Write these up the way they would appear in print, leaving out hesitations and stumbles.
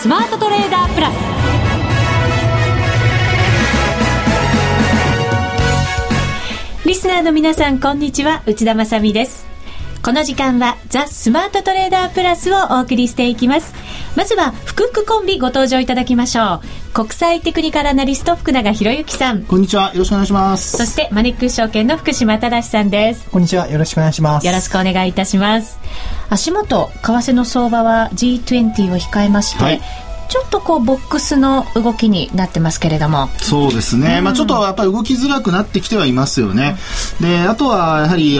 スマートトレーダープラス。リスナーの皆さん、こんにちは、内田まさみです。この時間はザ・スマートトレーダープラスをお送りしていきます。まずは福福コンビご登場いただきましょう。国際テクニカルアナリスト福永博之さん、 こんにちは、よろしくお願いします。 そしてマネックス証券の福島正さんです。 こんにちは、よろしくお願いします。 よろしくお願いいたします。足元為替の相場は G20 を控えまして、はい、ちょっとこうボックスの動きになってますけれども。 そうですね、ちょっとやっぱり動きづらくなってきてはいますよね。で、あとはやはり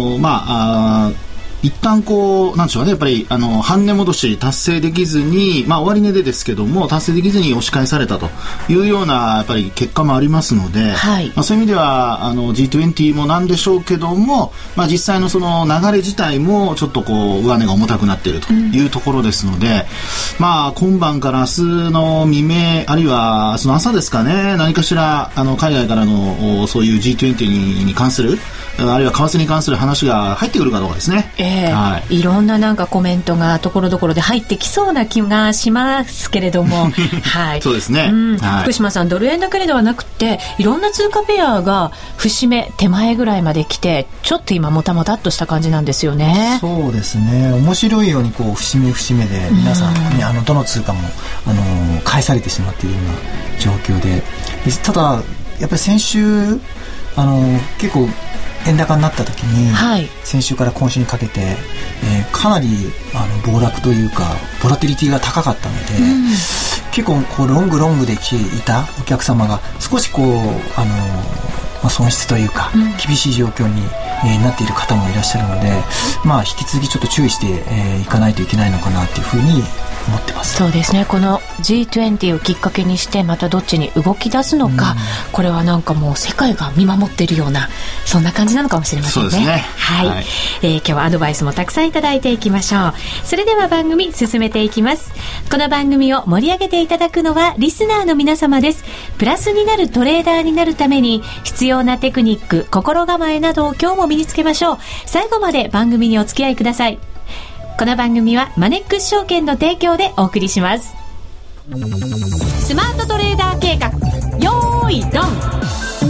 一旦こうなんでしょうね、やっぱり半値戻し達成できずに、終値でですけども達成できずに押し返されたというようなやっぱり結果もありますので、はい、そういう意味ではG20 もなんでしょうけども、実際のその流れ自体もちょっとこう上値が重たくなっているというところですので、今晩から明日の未明あるいは明日の朝ですかね、何かしら海外からのそういう G20 に関するあるいは為替に関する話が入ってくるかどうかですね。 はい、いろんななんかコメントがところどころで入ってきそうな気がしますけれどもはい、 そうですね、 はい、福島さん、ドル円だけではなくていろんな通貨ペアが節目手前ぐらいまで来て、ちょっと今もたもたっとした感じなんですよね。 そうですね、面白いようにこう節目節目で皆さん、どの通貨も返されてしまっているような状況で、ただやっぱり先週結構円高になった時に、はい、先週から今週にかけて、かなり暴落というかボラティリティが高かったので、結構こうロングで来ていたお客様が少しこう損失というか、厳しい状況に、なっている方もいらっしゃるので、引き続きちょっと注意していかないといけないのかなというふうに思ってます。 そうですね、この G20 をきっかけにしてまたどっちに動き出すのか、これはなんかもう世界が見守っているようなそんな感じなのかもしれませんね。 そうですね、 はいはい。今日はアドバイスもたくさんいただいていきましょう。それでは番組進めていきます。この番組を盛り上げていただくのはリスナーの皆様です。プラスになるトレーダーになるために必要なテクニック、心構えなどを今日も身につけましょう。最後まで番組にお付き合いください。この番組はマネックス証券の提供でお送りします。スマートトレーダー計画、よーいドン。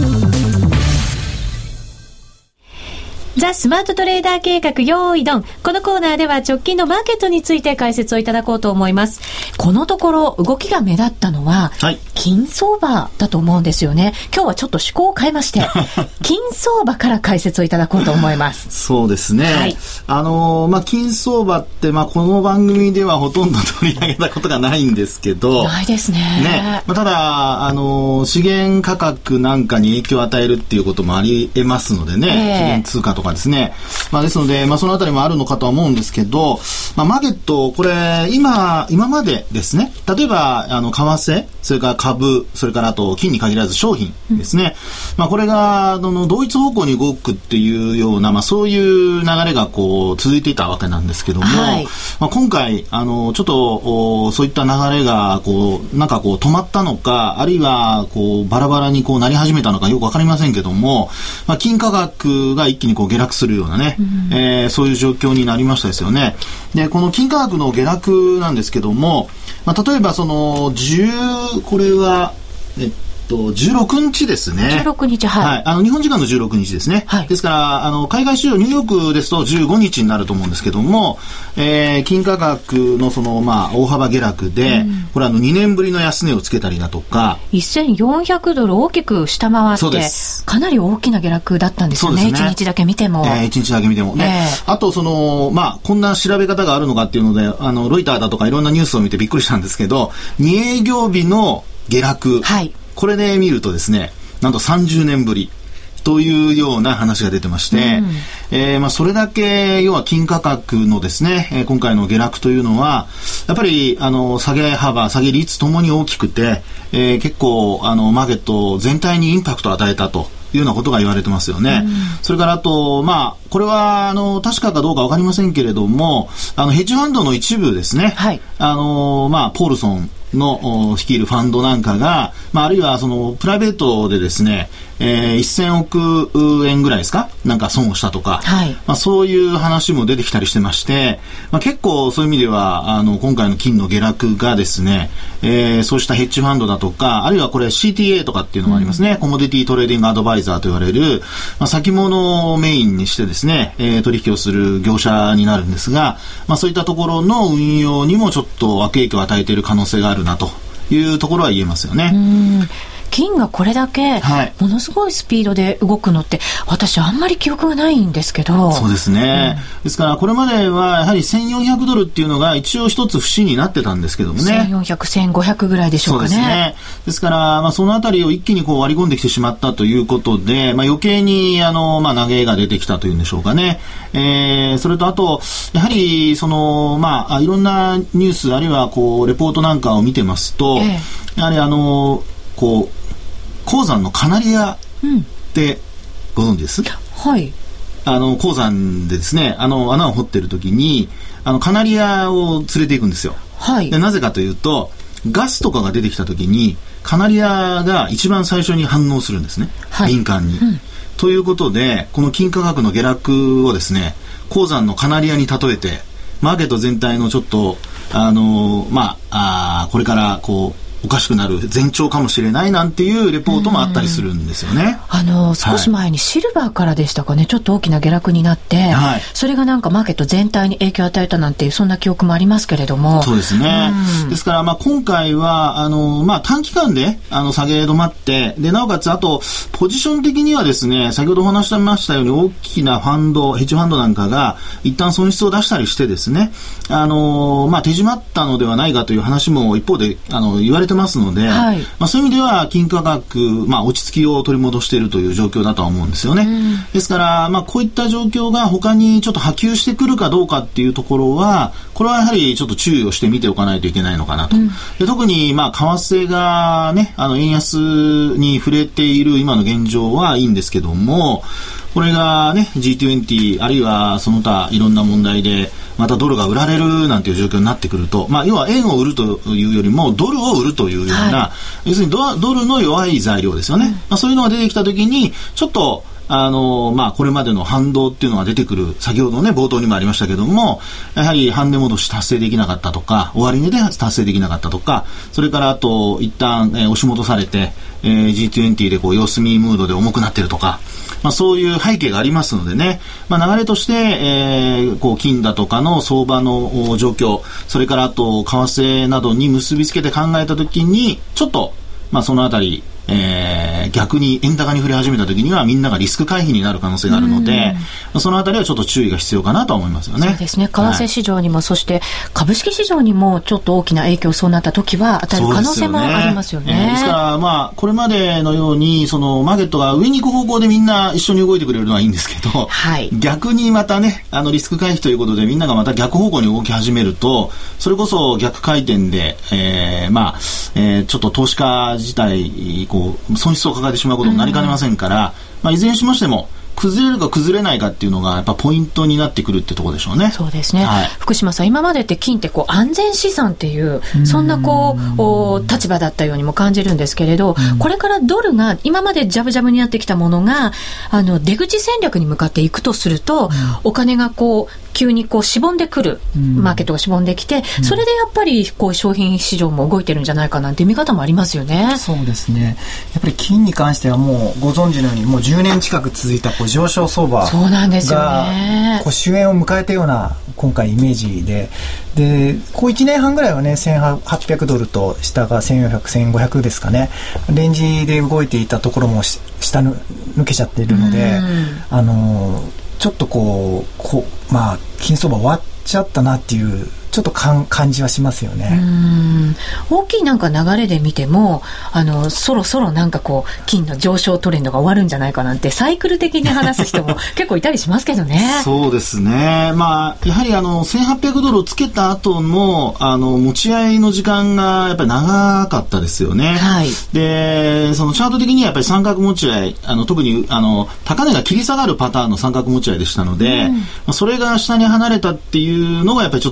ザ・スマートトレーダー計画、用意ドン。このコーナーでは直近のマーケットについて解説をいただこうと思います。このところ動きが目立ったのは、はい、金相場だと思うんですよね。今日はちょっと趣向を変えまして金相場から解説をいただこうと思います。 そうですね、はい、金相場ってこの番組ではほとんど取り上げたことがないんですけど、 ないですね。 ただ資源価格なんかに影響を与えるっていうこともあり得ますのでね、資源通貨とかですね、ですので、そのあたりもあるのかとは思うんですけど、マーケットこれ今までですね、例えば為替、それから株、それからあと金に限らず商品ですね、これが同一方向に動くっていうような、そういう流れがこう続いていたわけなんですけども、はい、今回ちょっとそういった流れがなんか止まったのか、あるいはバラバラになり始めたのかよくわかりませんけども、金価格が一気に下落するようなね、そういう状況になりましたですよね。で、この金価格の下落なんですけども、例えばこれは16日ですね。 16日、はい。 日本時間の16日ですね。はい、ですから、海外市場、ニューヨークですと15日になると思うんですけども、金価格の大幅下落で、これ2年ぶりの安値をつけたりだとか、 1400ドル大きく下回って、かなり大きな下落だったんですよね。1日だけ見ても。 1日だけ見ても。あと、こんな調べ方があるのかっていうので、ロイターだとかいろんなニュースを見てびっくりしたんですけど、2営業日の下落。はい。これで見るとですね、なんと30年ぶりというような話が出てまして、それだけ要は金価格のですね、今回の下落というのはやっぱり下げ幅、下げ率ともに大きくて、結構マーケット全体にインパクトを与えたというようなことが言われてますよね。それからあとこれは確かかどうか分かりませんけれども、ヘッジファンドの一部ですね、はい、ポールソンの率いるファンドなんかが、あるいはプライベートでですね、 1000億円ぐらいですかなんか損をしたとか、 はい、 そういう話も出てきたりしてまして、結構そういう意味では今回の金の下落がですね、そうしたヘッジファンドだとか、あるいはこれ CTA とかっていうのもありますね、コモディティトレーディングアドバイザーと言われる、先物をメインにしてですね、取引をする業者になるんですが、そういったところの運用にもちょっと悪影響を与えている可能性があるなというところは言えますよね。 金がこれだけものすごいスピードで動くのって、私あんまり記憶がないんですけど。 そうですね、ですからこれまではやはり1400ドルっていうのが一応一つ節になってたんですけどもね、 1400、1500ぐらいでしょうかね。 そうですね。ですから、そのあたりを一気にこう割り込んできてしまったということで、余計に投げが出てきたというんでしょうかね。それとあとやはりいろんなニュースあるいはこうレポートなんかを見てますと、やはりこう鉱山のカナリアってご存知です？ はい。 鉱山でですね、穴を掘ってる時にカナリアを連れていくんですよ。 はい。 でなぜかというと、ガスとかが出てきた時にカナリアが一番最初に反応するんですね、はい、敏感に、ということで、この金価格の下落をですね、鉱山のカナリアに例えて、マーケット全体のちょっとこれからこうおかしくなる前兆かもしれないなんていうレポートもあったりするんですよね。 少し前にシルバーからでしたかね、ちょっと大きな下落になって、はい、それがなんかマーケット全体に影響を与えたなんていう、そんな記憶もありますけれども。 そうですね。ですから今回は短期間で下げ止まって、でなおかつあとポジション的にはですね、先ほどお話しましたように大きなファンド、ヘッジファンドなんかが一旦損失を出したりしてですね、手締まったのではないかという話も一方で言われてますので、はい、そういう意味では金価格、落ち着きを取り戻しているという状況だとは思うんですよね。ですから、こういった状況が他にちょっと波及してくるかどうかっていうところは、これはやはりちょっと注意をして見ておかないといけないのかなと。で特に為替がね、円安に触れている今の現状はいいんですけども、これがね G20 あるいはその他いろんな問題でまたドルが売られるなんていう状況になってくると、要は円を売るというよりもドルを売るというような、はい、要するにドルの弱い材料ですよね、そういうのが出てきたときにちょっとこれまでの反動っていうのが出てくる。先ほどね冒頭にもありましたけども、やはり半値戻し達成できなかったとか、終値で達成できなかったとか、それからあと一旦、押し戻されて、G20 でこう様子見ムードで重くなってるとか、そういう背景がありますのでね、流れとして、こう金だとかの相場の状況、それからあと為替などに結びつけて考えたときにちょっとそのあたり逆に円高に振れ始めた時にはみんながリスク回避になる可能性があるので、そのあたりはちょっと注意が必要かなと思いますよね。 そうですね。為替市場にも、そして株式市場にもちょっと大きな影響そうなった時は与える可能性もありますよね。 ですからこれまでのようにそのマーケットが上に行く方向でみんな一緒に動いてくれるのはいいんですけど、はい、逆にまたねリスク回避ということでみんながまた逆方向に動き始めると、それこそ逆回転で、ちょっと投資家自体損失を抱えてしまうことになりかねませんから、いずれにしましても崩れるか崩れないかっていうのがやっぱポイントになってくるってところでしょうね。 そうですね、はい、福島さん、今までって金って安全資産っていうそんな立場だったようにも感じるんですけれど、これからドルが今までジャブジャブになってきたものが出口戦略に向かっていくとすると、お金が急にしぼんでくる、マーケットがしぼんできて、それでやっぱり商品市場も動いてるんじゃないかなんていう見方もありますよね。 そうですね。やっぱり金に関してはもうご存知のようにもう10年近く続いた上昇相場がそうなんですよね。 終焉を迎えたような今回イメージで、1年半ぐらいはね1800ドルと下が1400、1500ですかね、レンジで動いていたところも下抜けちゃっているので、ちょっと金相場終わっちゃったなっていうちょっと感じはしますよね。 大きい流れで見てもそろそろ金の上昇トレンドが終わるんじゃないかなんてサイクル的に話す人も結構いたりしますけどね。 そうですね。やはり1800ドルをつけた後の持ち合いの時間がやっぱり長かったですよね。はい、でそのチャート的にはやっぱり三角持ち合い特に高値が切り下がるパターンの三角持ち合いでしたので、それが下に離れたっていうのがやっぱりちょっと一番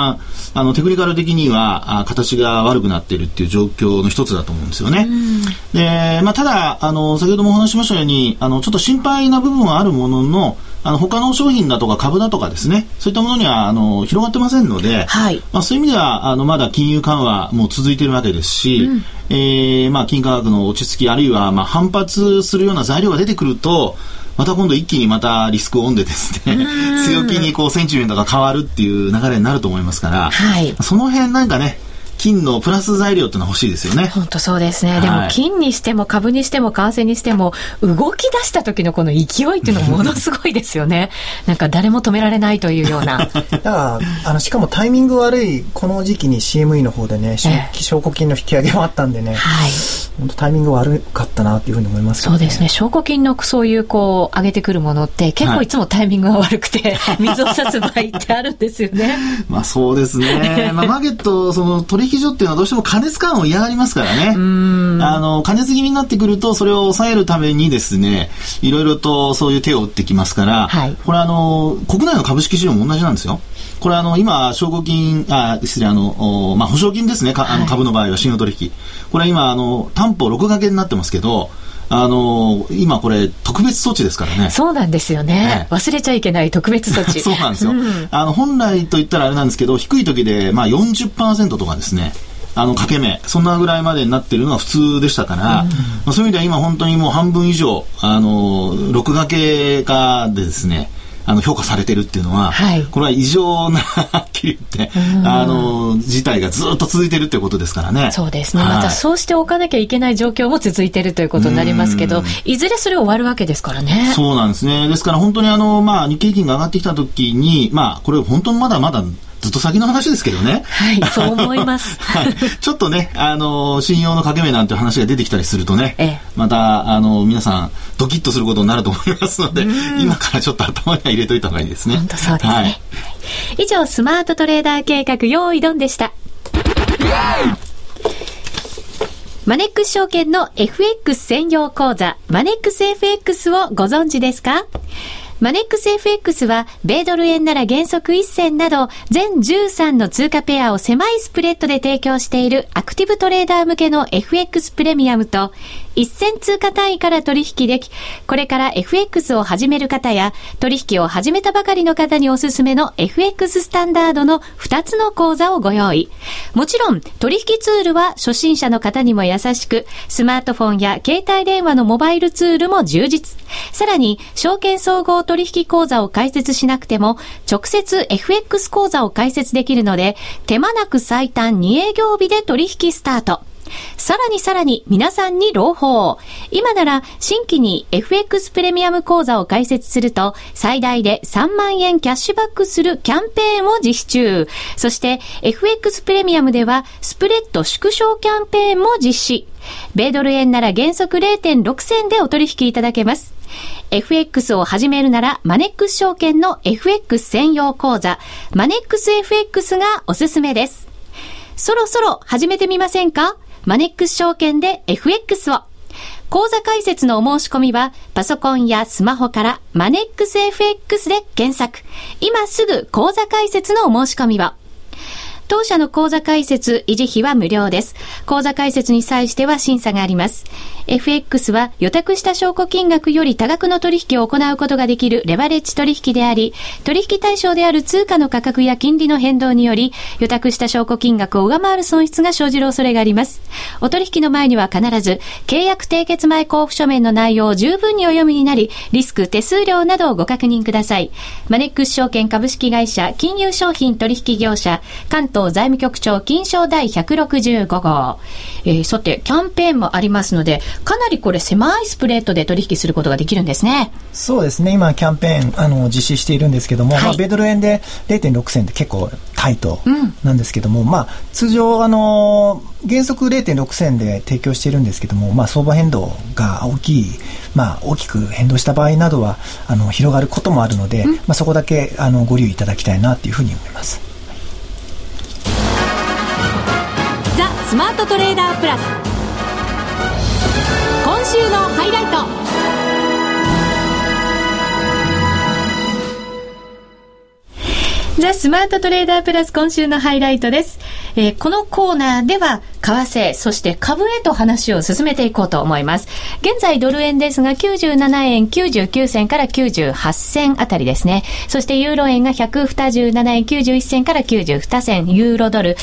番テクニカル的には形が悪くなっているっていう状況の一つだと思うんですよね。で、ただ先ほどもお話ししましたようにちょっと心配な部分はあるものの他の商品だとか株だとかですね、そういったものには広がってませんので、はい、そういう意味ではまだ金融緩和も続いているわけですし、金価格の落ち着きあるいは反発するような材料が出てくるとまた今度一気にまたリスクオンでですね強気にセンチメントが変わるっていう流れになると思いますから、はい、その辺なんかね金のプラス材料ってのは欲しいですよね。 本当そうですね、はい、でも金にしても株にしても為替にしても動き出した時のこの勢いっていうのもものすごいですよねなんか誰も止められないというようなだからしかもタイミング悪いこの時期に CME の方でね証拠金の引き上げもあったんでね、はい、本当タイミング悪かったなというふうに思いますけどね。 そうですね、証拠金のそういう上げてくるものって結構いつもタイミングが悪くて、はい、水を差す場合ってあるんですよねそうですねマーケットその取引所っていうのはどうしても過熱感を嫌がりますからね。過熱気味になってくるとそれを抑えるためにですねいろいろとそういう手を打ってきますから、はい、これ国内の株式市場も同じなんですよ。これ今証拠金失礼保証金ですね、はい、株の場合は信用取引これ今担保6掛けになってますけど今これ特別措置ですからね。 そうなんですよね、忘れちゃいけない特別措置そうなんですよ、本来といったらあれなんですけど低い時で40% とかですね掛け目そんなぐらいまでになっているのが普通でしたから、そういう意味では今本当にもう半分以上6掛けがでですね評価されてるっていうのは、はい、これは異常なはっきり言って事態がずっと続いてるっていうことですからね。 そうですね、はい、またそうしておかなきゃいけない状況も続いてるということになりますけどいずれそれ終わるわけですからね。 そうなんですね。ですから本当に日経平均が上がってきた時にこれ本当にまだまだずっと先の話ですけどね。 はい、そう思います。 はい、ちょっとね、信用の掛け目なんて話が出てきたりするとね、また皆さんドキッとすることになると思いますので、今からちょっと頭には入れといた方がいいですね。 本当そうですね。はい、以上スマートトレーダー計画用意ドンでした。マネックス証券の FX 専用講座マネックス FX をご存知ですか？マネックス FX は米ドル円なら原則1銭など全13の通貨ペアを狭いスプレッドで提供しているアクティブトレーダー向けの FX プレミアムと一銭通貨単位から取引でき、これから FX を始める方や取引を始めたばかりの方におすすめの FX スタンダードの2つの講座をご用意。もちろん取引ツールは初心者の方にも優しく、スマートフォンや携帯電話のモバイルツールも充実。さらに証券総合取引口座を開設しなくても直接 FX 口座を開設できるので、手間なく最短2営業日で取引スタート。さらに皆さんに朗報。今なら新規に FX プレミアム口座を開設すると最大で3万円キャッシュバックするキャンペーンを実施中。そして FX プレミアムではスプレッド縮小キャンペーンも実施。米ドル円なら原則 0.6 銭でお取引いただけます。FX を始めるならマネックス証券の FX 専用口座マネックス FX がおすすめです。そろそろ始めてみませんか？マネックス証券で FX を。口座開設のお申し込みはパソコンやスマホからマネックス FX で検索。今すぐ口座開設のお申し込みを。当社の口座開設維持費は無料です。口座開設に際しては審査があります。FX は予託した証拠金額より多額の取引を行うことができるレバレッジ取引であり、取引対象である通貨の価格や金利の変動により、予託した証拠金額を上回る損失が生じる恐れがあります。お取引の前には必ず、契約締結前交付書面の内容を十分にお読みになり、リスク、手数料などをご確認ください。マネックス証券株式会社金融商品取引業者関東財務局長金賞第165号。さて、キャンペーンもありますので、かなりこれ狭いスプレッドで取引することができるんですね。 そうですね、今キャンペーン実施しているんですけども、はい、米ドル円で 0.6 銭って結構タイトなんですけども、通常原則 0.6 銭で提供しているんですけども、相場変動が大きく変動した場合などは広がることもあるので、そこだけご留意いただきたいなというふうに思います。 ザ・スマートトレーダープラス、今週のハイライト。 ザ・スマートトレーダープラス今週のハイライトです。このコーナーでは為替、そして株へと話を進めていこうと思います。現在ドル円ですが97円99銭から98銭あたりですね。そしてユーロ円が127円91銭から92銭、ユーロドル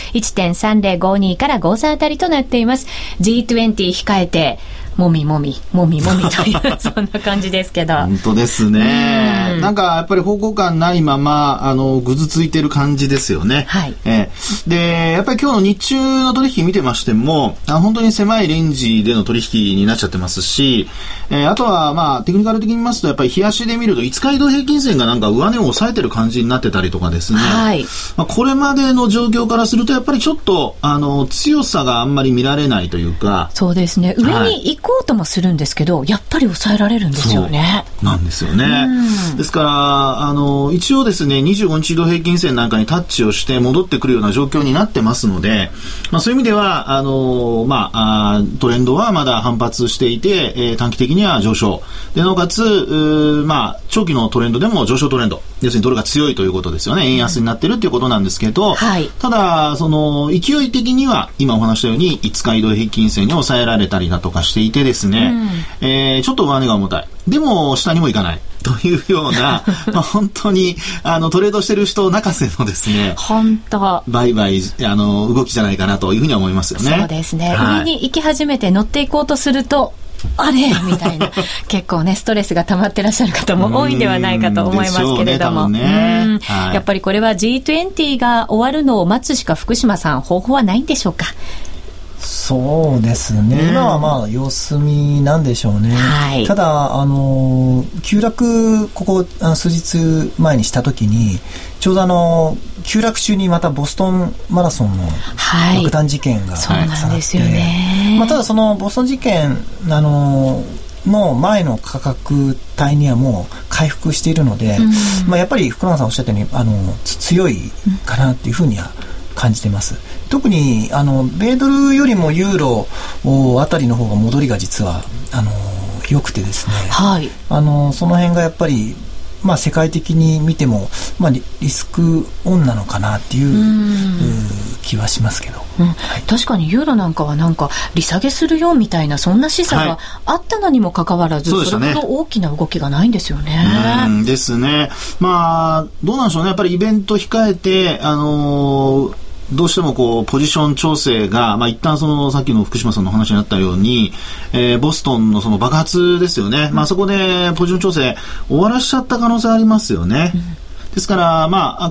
1.3052 から53あたりとなっています。G20 控えてもみもみというそんな感じですけど本当ですね。なんかやっぱり方向感ないままぐずついてる感じですよね。 はい。 でやっぱり今日の日中の取引見てましても本当に狭いレンジでの取引になっちゃってますし、あとはテクニカル的に見ますとやっぱり日足で見ると5日移動平均線がなんか上値を抑えてる感じになってたりとかですね。 はい。 これまでの状況からするとやっぱりちょっと強さがあんまり見られないというか。 そうですね。上に行こうともするんですけど、やっぱり抑えられるんですよね。 そうなんですよね。ですから一応ですね25日移動平均線なんかにタッチをして戻ってくるような状況になってますので、そういう意味ではトレンドはまだ反発していて、短期的には上昇で、なおかつ長期のトレンドでも上昇トレンド、要するにドルが強いということですよね。円安になってるっていうことなんですけど、 はい、 ただその勢い的には今お話したように5日移動平均線に抑えられたりだとかしていてですね、ちょっと上値が重たい、でも下にもいかないというような本当にトレードしてる人泣かせのですね、 本当売買動きじゃないかなというふうには思いますよね。 そうですね、 はい、 上に行き始めて乗っていこうとするとあれみたいな結構ねストレスが溜まってらっしゃる方も多いんではないかと思いますけれども、やっぱりこれは G20 が終わるのを待つしか福島さん方法はないんでしょうか。 そうですね、今は様子見なんでしょうね。はい、ただ急落ここ数日前にした時にちょうど急落中にまたボストンマラソンの爆弾事件がそうなんですよね。 ただそのボストン事件の前の価格帯にはもう回復しているので、やっぱり福永さんおっしゃったように強いかなっていうふうには感じてます。特に米ドルよりもユーロあたりの方が戻りが実は良くてですね、はい、その辺がやっぱり世界的に見てもリスクオンなのかなっていう気はしますけど、はい、 確かにユーロなんかはなんか利下げするよみたいなそんな示唆があったのにもかかわらず、それほど大きな動きがないんですよね。 ですね。どうなんでしょうね。やっぱりイベント控えてどうしてもポジション調整が、一旦さっきの福島さんの話になったように、ボストンのその爆発ですよね。そこでポジション調整終わらしちゃった可能性ありますよね。ですから、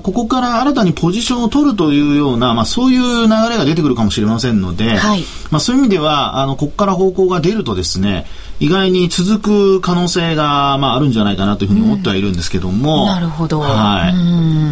ここから新たにポジションを取るというような、そういう流れが出てくるかもしれませんので、はい、そういう意味では、ここから方向が出るとですね、意外に続く可能性が、あるんじゃないかなというふうに思ってはいるんですけども。 なるほど。 はい。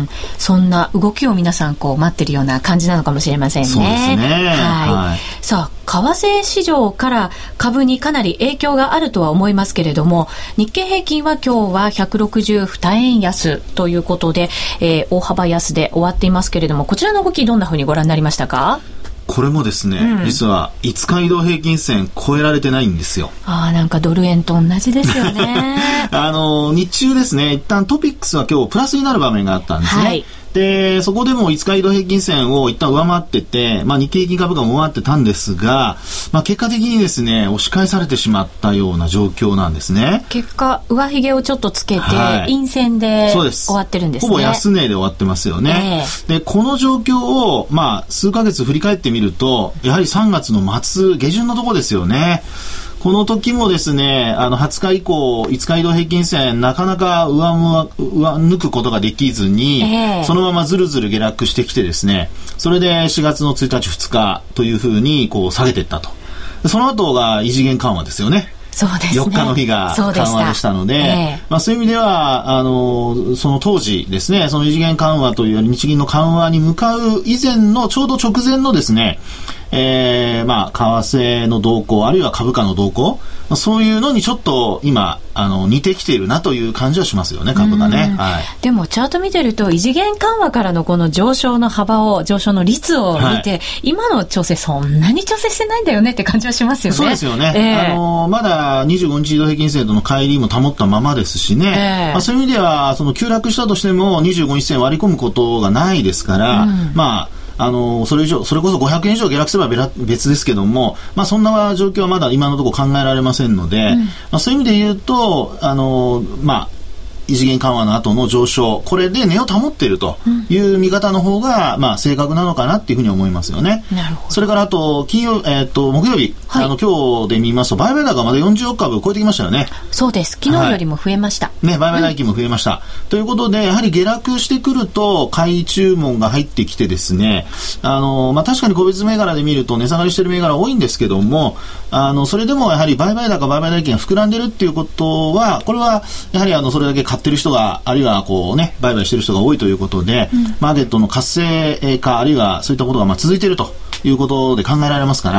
そんな動きを皆さん待ってるような感じなのかもしれませんね。 そうですね。 はい。さあ、為替市場から株にかなり影響があるとは思いますけれども、日経平均は今日は162円安ということで、大幅安で終わっていますけれども、こちらの動きどんなふうにご覧になりましたか？ これもですね、実は5日移動平均線超えられてないんですよ。 なんかドル円と同じですよね。 日中ですね、一旦トピックスは今日プラスになる場面があったんですね。はい、でそこでも5日移動平均線を一旦上回ってて、日経平均株価も上回ってたんですが、結果的にですね押し返されてしまったような状況なんですね。 結果上髭をちょっとつけて、陰線で終わってるんですね。 ほぼ安値で終わってますよね。でこの状況を、数ヶ月振り返ってみると、やはり3月の末下旬のところですよね。この時もですね、20日以降5日移動平均線なかなか上抜くことができずに、そのままずるずる下落してきてですね、それで4月の1日2日というふうに下げていったと。その後が異次元緩和ですよね。 そうですね、 4日の日が緩和でしたので、そういう意味ではその当時ですね、その異次元緩和というより日銀の緩和に向かう以前のちょうど直前のですね、 為替の動向、あるいは株価の動向、そういうのにちょっと今似てきているなという感じはしますよね、株がね。はい、 でもチャート見てると異次元緩和からのこの上昇の幅を、上昇の率を見て、今の調整そんなに調整してないんだよねって感じはしますよね。 そうですよね。まだ25日移動平均線との乖離も保ったままですしね。そういう意味では急落したとしても25日線割り込むことがないですから、それこそ500円以上下落すれば別ですけども、そんな状況はまだ今のところ考えられませんので、そういう意味で言うと、異次元緩和の後の上昇、これで値を保っているという見方の方が、正確なのかなっていうふうに思いますよね。 なるほど。 それからあと木曜日、はい、今日で見ますと売買高がまだ40億株を超えてきましたよね。 そうです。昨日よりも増えました。 売買代金も増えました。ということでやはり下落してくると買い注文が入ってきてですね、確かに個別銘柄で見ると値下がりしている銘柄多いんですけども、それでもやはり売買高、売買代金が膨らんでるっていうことは、これはやはりそれだけ買ってる人が、あるいは売買してる人が多いということで、マーケットの活性化、あるいはそういったことが続いているということで考えられますから、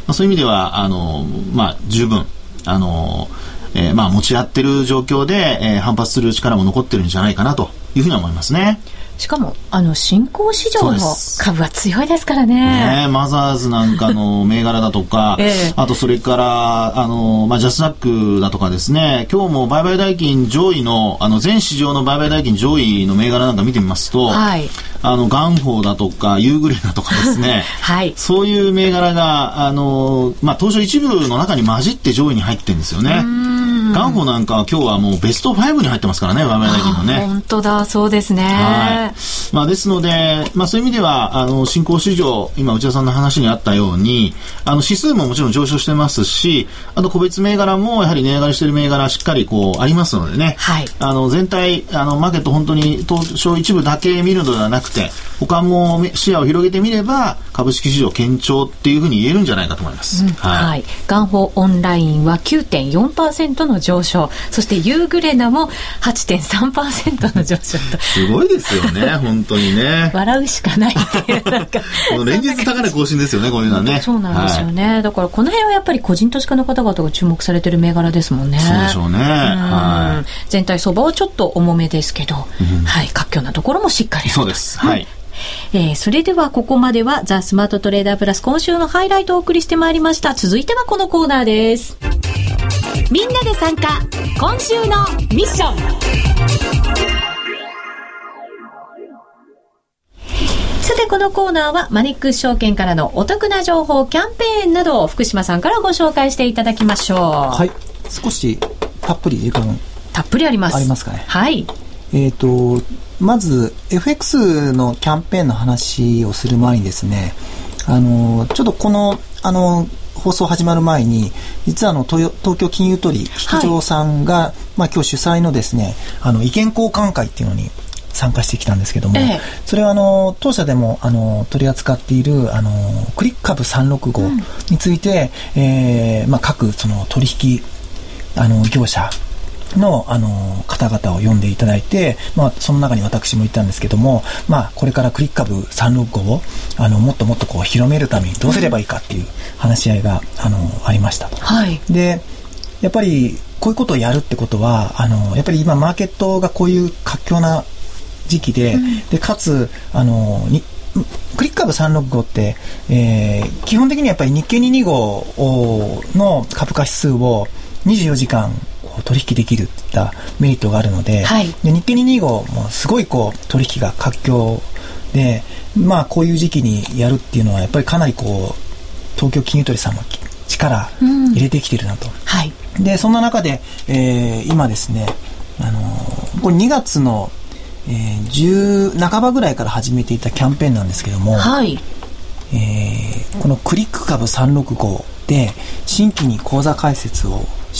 そういう意味では十分持ち合ってる状況で、反発する力も残ってるんじゃないかなというふうに思いますね。 しかも新興市場の株は強いですからね。 マザーズなんかの銘柄だとか、あとそれからジャスダックだとかですね、今日も売買代金上位の全市場の売買代金上位の銘柄なんか見てみますと、はい、ガンフォーだとかユーグレだとかですね、はい、そういう銘柄が東証一部の中に混じって上位に入ってるんですよね。ガンフォーなんかは今日はもうベスト5に入ってますからね、売買代金もね。 本当だ、そうですね。 はい、ですので、そういう意味では新興市場、今内田さんの話にあったように指数ももちろん上昇してますし、あと個別銘柄もやはり値上がりしている銘柄しっかりありますのでね、はい、全体マーケット本当に東証一部だけ見るのではなくて、他も視野を広げてみれば株式市場堅調っていうふうに言えるんじゃないかと思います。 はい、ガンフォーオンラインは 9.4% の上昇、そしてユーグレナも 8.3% の上昇とすごいですよね本当にね。 笑うしかないっていうもう連日高値更新ですよね、こういうのはね。 そうなんですよね、はい、だからこの辺はやっぱり個人投資家の方々が注目されている銘柄ですもんね。 そうでしょうね。はい、 全体相場はちょっと重めですけど、はい、活況なところもしっかり。 そうです。はい、 それではここまではザ・スマートトレーダープラス今週のハイライトをお送りしてまいりました。続いてはこのコーナーです。みんなで参加、今週のミッション。さてこのコーナーはマネックス証券からのお得な情報、キャンペーンなどを福島さんからご紹介していただきましょう。 はい、少したっぷり時間たっぷりあります。 ありますかね。 はい。 まず FX のキャンペーンの話をする前にですね、ちょっとこの放送始まる前に実は東京金融取引所さんが、今日主催のですね意見交換会っていうのに参加してきたんですけども、それは当社でも取り扱っているクリック株365について、各その取引業者の方々を呼んでいただいて、その中に私もいたんですけども、これからクリック株365をもっともっと広めるためにどうすればいいかっていう話し合いがありましたと。はい、でやっぱりこういうことをやるってことはやっぱり今マーケットがこういう活況な時期で、でかつクリック株365って、基本的にやっぱり日経225の株価指数を24時間取引できるっていったメリットがあるので、はい、で日経225もすごい取引が活況で、こういう時期にやるっていうのはやっぱりかなり東京金融取さんも力入れてきてるなと、はい、でそんな中で、今ですねこれ2月の、10半ばぐらいから始めていたキャンペーンなんですけども、はい、このクリック株365で新規に口座開設をして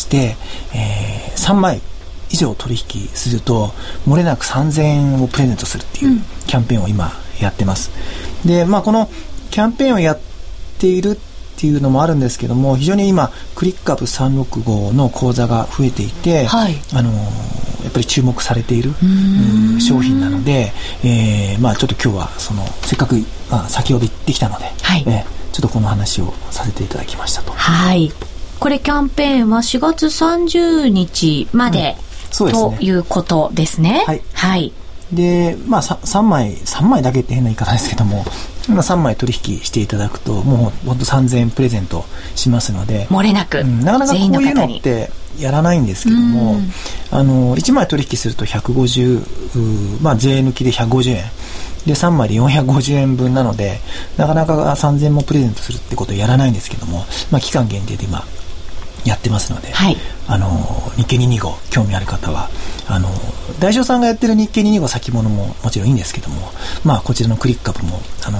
、3枚以上取引すると漏れなく3000円をプレゼントするっていうキャンペーンを今やってます。で、このキャンペーンをやっているっていうのもあるんですけども、非常に今クリック株365の口座が増えていて、はい、やっぱり注目されている商品なので、ちょっと今日はせっかく、先ほど言ってきたので、はい、ちょっちょっとこの話をさせていただきましたと。 はい。これキャンペーンは4月30日まで、 そうですね、 ということですね。 はい。 はい。 で、まあ、3枚だけって変な言い方ですけども、3枚取引していただくと、もう本当3000円プレゼントしますので、 漏れなく、 なかなかこういうのってやらないんですけども、1枚取引すると150、まあ、税抜きで150円。で、3枚で450円分なので、なかなか3000円もプレゼントするってことをやらないんですけども、まあ、期間限定で今、やってますので、 はい、 日経225興味ある方は大商さんがやってる日経225先物ももちろんいいんですけども、まあ、こちらのクリック株も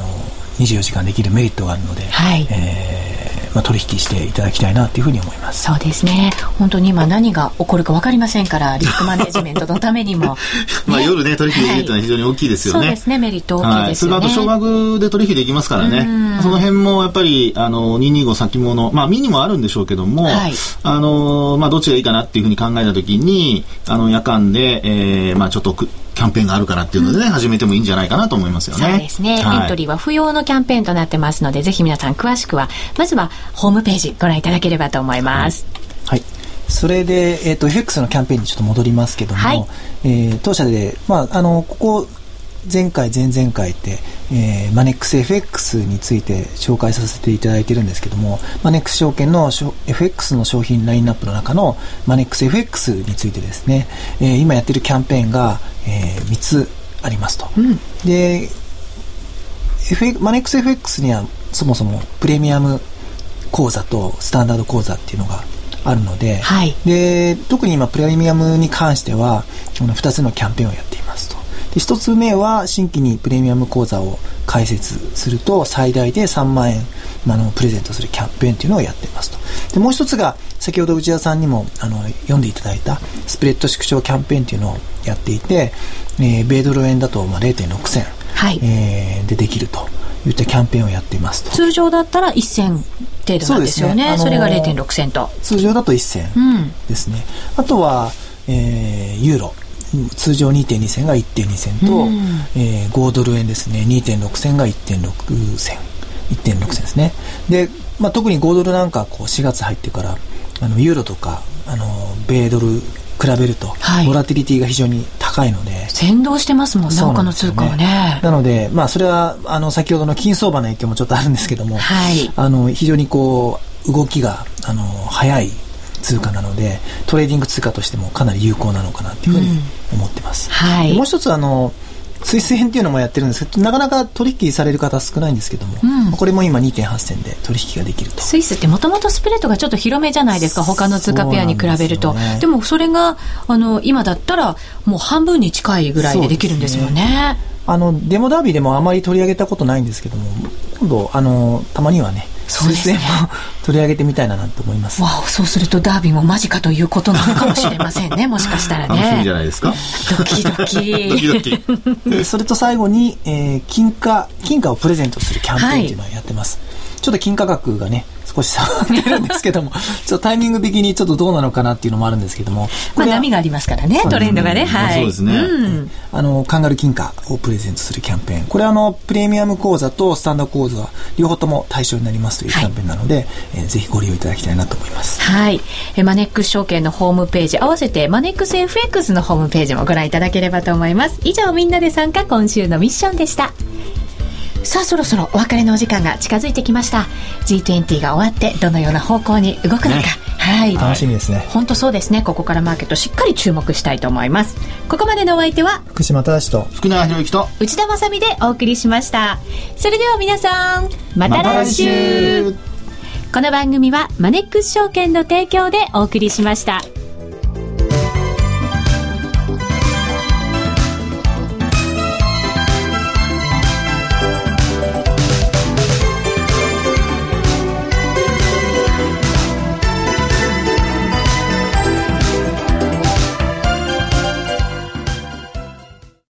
24時間できるメリットがあるので、はい、まあ、取引していただきたいなというふうに思います。 そうですね。本当に今何が起こるか分かりませんから、リスクマネジメントのためにも、ね、 まあ夜ね取引できるというのは非常に大きいですよね。 そうですね、メリット大きいですよね。 それからあと少額で取引できますからね。その辺もやっぱり225先物、まあミニもあるんでしょうけども、はい、まあどっちがいいかなっていうふうに考えたときに夜間で、まあちょっとキャンペーンがあるからっていうのでね、始めてもいいんじゃないかなと思いますよね。 そうですね、はい、エントリーは不要のキャンペーンとなってますので、ぜひ皆さん詳しくはまずはホームページご覧いただければと思います。 はい、それで、FX のキャンペーンにちょっと戻りますけども、はい、当社で、まあ、ここ前回前々回って、マネックス FX について紹介させていただいてるんですけども、マネックス証券の FX の商品ラインナップの中のマネックス FX についてですね、今やってるキャンペーンが、3つありますと、でマネックス FX にはそもそもプレミアム口座とスタンダード口座っていうのがあるので、はい、で特に今プレミアムに関しては2つのキャンペーンをやっていますと。で1つ目は新規にプレミアム口座を開設すると最大で3万円プレゼントするキャンペーンというのをやっていますと。でもう一つが先ほど内田さんにも読んでいただいたスプレッド縮小キャンペーンというのをやっていて、米ドル円だと0.6銭、はい、でできるといったキャンペーンをやっていますと。 通常だったら1銭程度なんですよね。 それが 0.6 銭と通常だと1銭ですね、あとは、ユーロ通常 2.2 銭が 1.2 銭と、5ドル円ですね 2.6 銭が 1.6 銭ですね。で、まあ、特に5ドルなんか4月入ってからユーロとか米ドル比べると、はい、ボラティリティが非常に高いので先導してますもんね、他の通貨はね。 なので、まあ、それは先ほどの金相場の影響もちょっとあるんですけども、はい、非常に動きが早い通貨なのでトレーディング通貨としてもかなり有効なのかなというふうに思ってます、はい、もう一つスイス円っていうのもやってるんですけど、なかなか取引される方少ないんですけども、これも今 2.8 銭で取引ができると。 スイスってもともとスプレッドがちょっと広めじゃないですか、他の通貨ペアに比べると。 でもそれが今だったらもう半分に近いぐらいでできるんですよね。 デモダービーでもあまり取り上げたことないんですけども、今度たまにはねスイス円も取り上げてみたいなと思います。 わお、そうするとダービーも間近ということなのかもしれませんねもしかしたらね。 楽しみじゃないですか。 ドキドキドキドキそれと最後に、金貨をプレゼントするキャンペーンっていうのをやってます、はい、ちょっと金価格がね少し下がってるんですけどもちょっとタイミング的にちょっとどうなのかなっていうのもあるんですけども、 まあ、波がありますからね、トレンドがね、はい、 そうですね、 カンガルー金貨をプレゼントするキャンペーン、これプレミアム口座とスタンダード口座両方とも対象になりますというキャンペーンなので、はい、ぜひご利用いただきたいなと思います。 はい、マネックス証券のホームページ、合わせてマネックス FX のホームページもご覧いただければと思います。以上、みんなで参加今週のミッションでした。さあ、そろそろお別れのお時間が近づいてきました。 G20 が終わってどのような方向に動くのか、はい、 楽しみですね。 本当そうですね。ここからマーケットしっかり注目したいと思います。ここまでのお相手は福島正と福永博之と内田まさみでお送りしました。それでは皆さん、また来週。この番組はマネックス証券の提供でお送りしました。